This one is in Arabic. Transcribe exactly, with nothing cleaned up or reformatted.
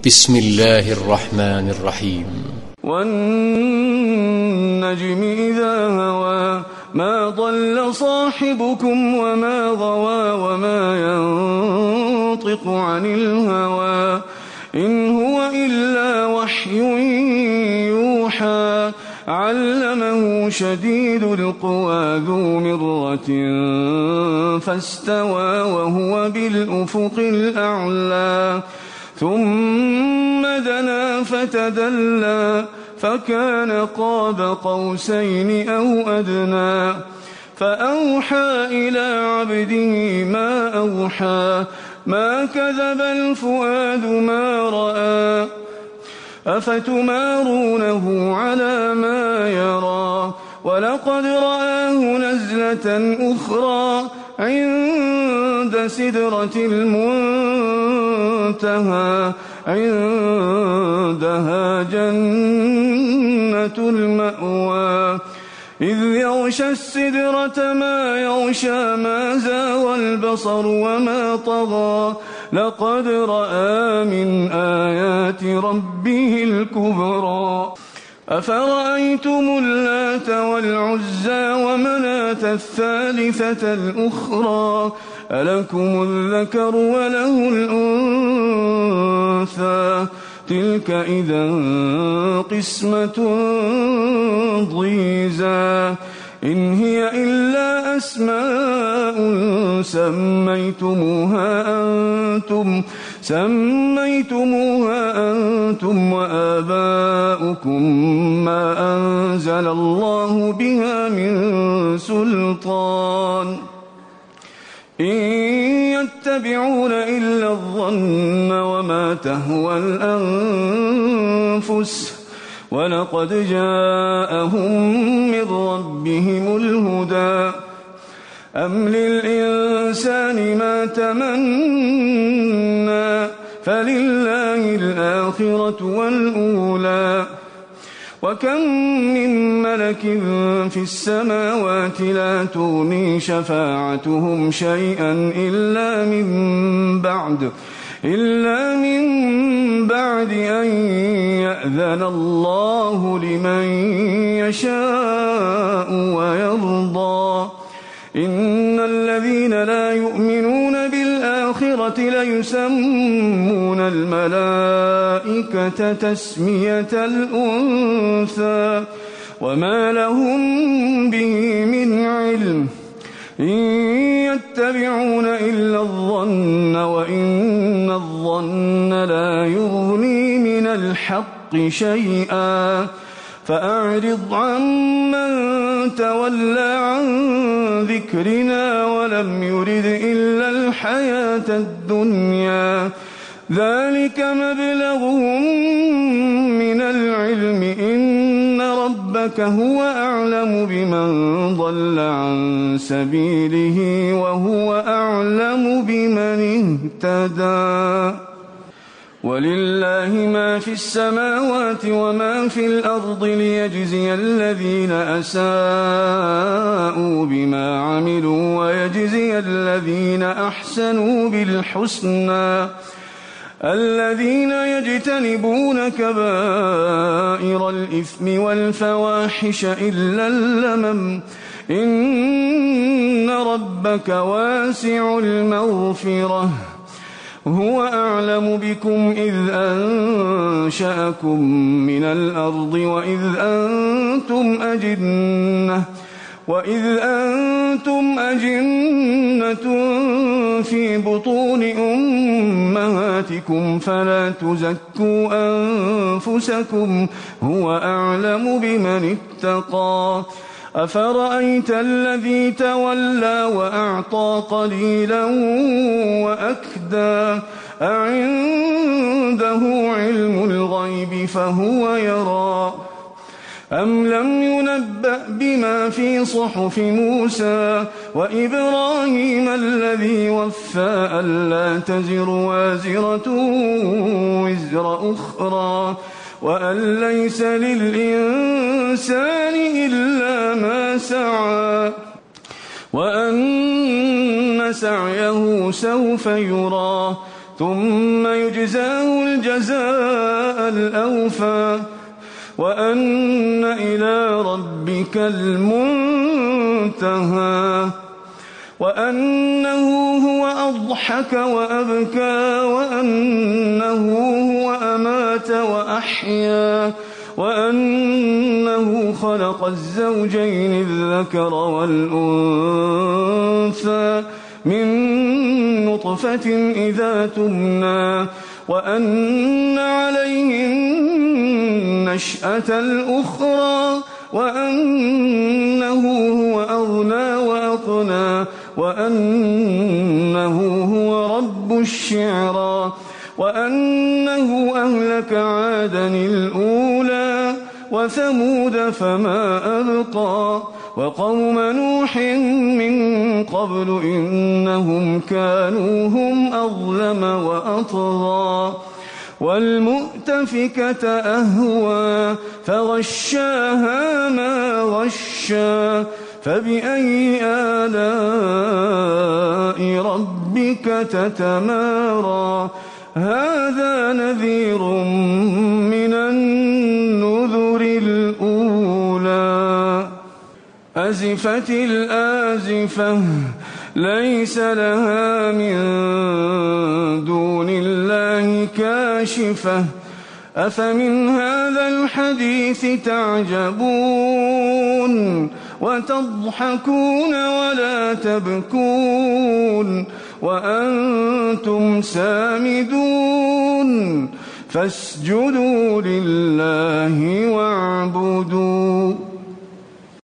بسم الله الرحمن الرحيم. والنجم إذا هوى ما ضل صاحبكم وما غوى وما ينطق عن الهوى إن هو إلا وحي يوحى علمه شديد القوى ذو مرة فاستوى وهو بالأفق الأعلى ثم دنا فتدلى فكان قاب قوسين أو أدنى فأوحى إلى عبده ما أوحى ما كذب الفؤاد ما رأى أفتمارونه على ما يرى ولقد رآه نزلة أخرى عند سدرة المنتهى عندها جنة المأوى إذ يغشى السدرة ما يغشى ما زاغ البصر وما طغى لقد رأى من آيات ربه الكبرى أفرأيتم اللات والعزى ومناة الثالثة الأخرى ألكم الذكر وله الأنثى تلك إذا قسمة ضيزى إن هي إلا أسماء سميتموها أنتم سميتموها أنتم وآباؤكم ما أنزل الله بها من سلطان إن يتبعون إلا الظن وما تهوى الأنفس ولقد جاءهم من ربهم الهدى أم للإنسان ما تمنى فلله الآخرة والأولى وكم من ملك في السماوات لا تغني شفاعتهم شيئا إلا من بعد إلا من بعد أن يأذن الله لمن يشاء ويرضى إن الذين لا يؤمنون بالآخرة ليسمون الملائكة تسمية الأنثى وما لهم به من علم إن يتبعون إلا الظن وإن الظن لا يغني من الحق شيئا فأعرض عمن تولى عن ذكرنا ولم يرد إلا الحياة الدنيا ذلك مبلغهم من العلم إن ربك هو أعلم بمن ضل عن سبيله وهو أعلم بمن اهتدى ولله ما في السماوات وما في الأرض ليجزي الذين أساءوا بما عملوا ويجزي الذين أحسنوا بالحسنى الذين يجتنبون كبائر الإثم والفواحش إلا اللمم إن ربك واسع المغفرة هو أعلم بكم إذ أنشأكم من الأرض وإذ أنتم أجنة وإذ أنتم أجنة في بطون أمهاتكم فلا تزكوا أنفسكم هو أعلم بمن اتقى أفرأيت الذي تولى وأعطى قليلا وأكدى أعنده علم الغيب فهو يرى أم لم ينبأ بما في صحف موسى وإبراهيم الذي وفى ألا تزر وازرة وزر أخرى وأن ليس للإنسان إلا ما سعى وأن سعيه سوف يرى ثم يجزاه الجزاء الأوفى وأن إلى ربك المنتهى وأنه هو أضحك وأبكى وأنه هو أمات وأحيا وأنه خلق الزوجين الذكر والأنثى من نطفة إذا تمنى وأن عليه النشأة الأخرى وأنه هو أغنى وأقنى وأنه هو رب الشعرى وأنه أهلك عادا الأولى وثمود فما أبقى وقوم نوح من قبل إنهم كانوا هم أظلم وأطغى والمؤتفكة أهوى فغشاها ما غشا فبأي آلاء ربك تتمارى هذا نذير من النذر الأولى أزفت الآزفة ليس لها من دون الله كاشفة أفمن هذا الحديث تعجبون وتضحكون ولا تبكون وأنتم سامدون فاسجدوا لله واعبدوا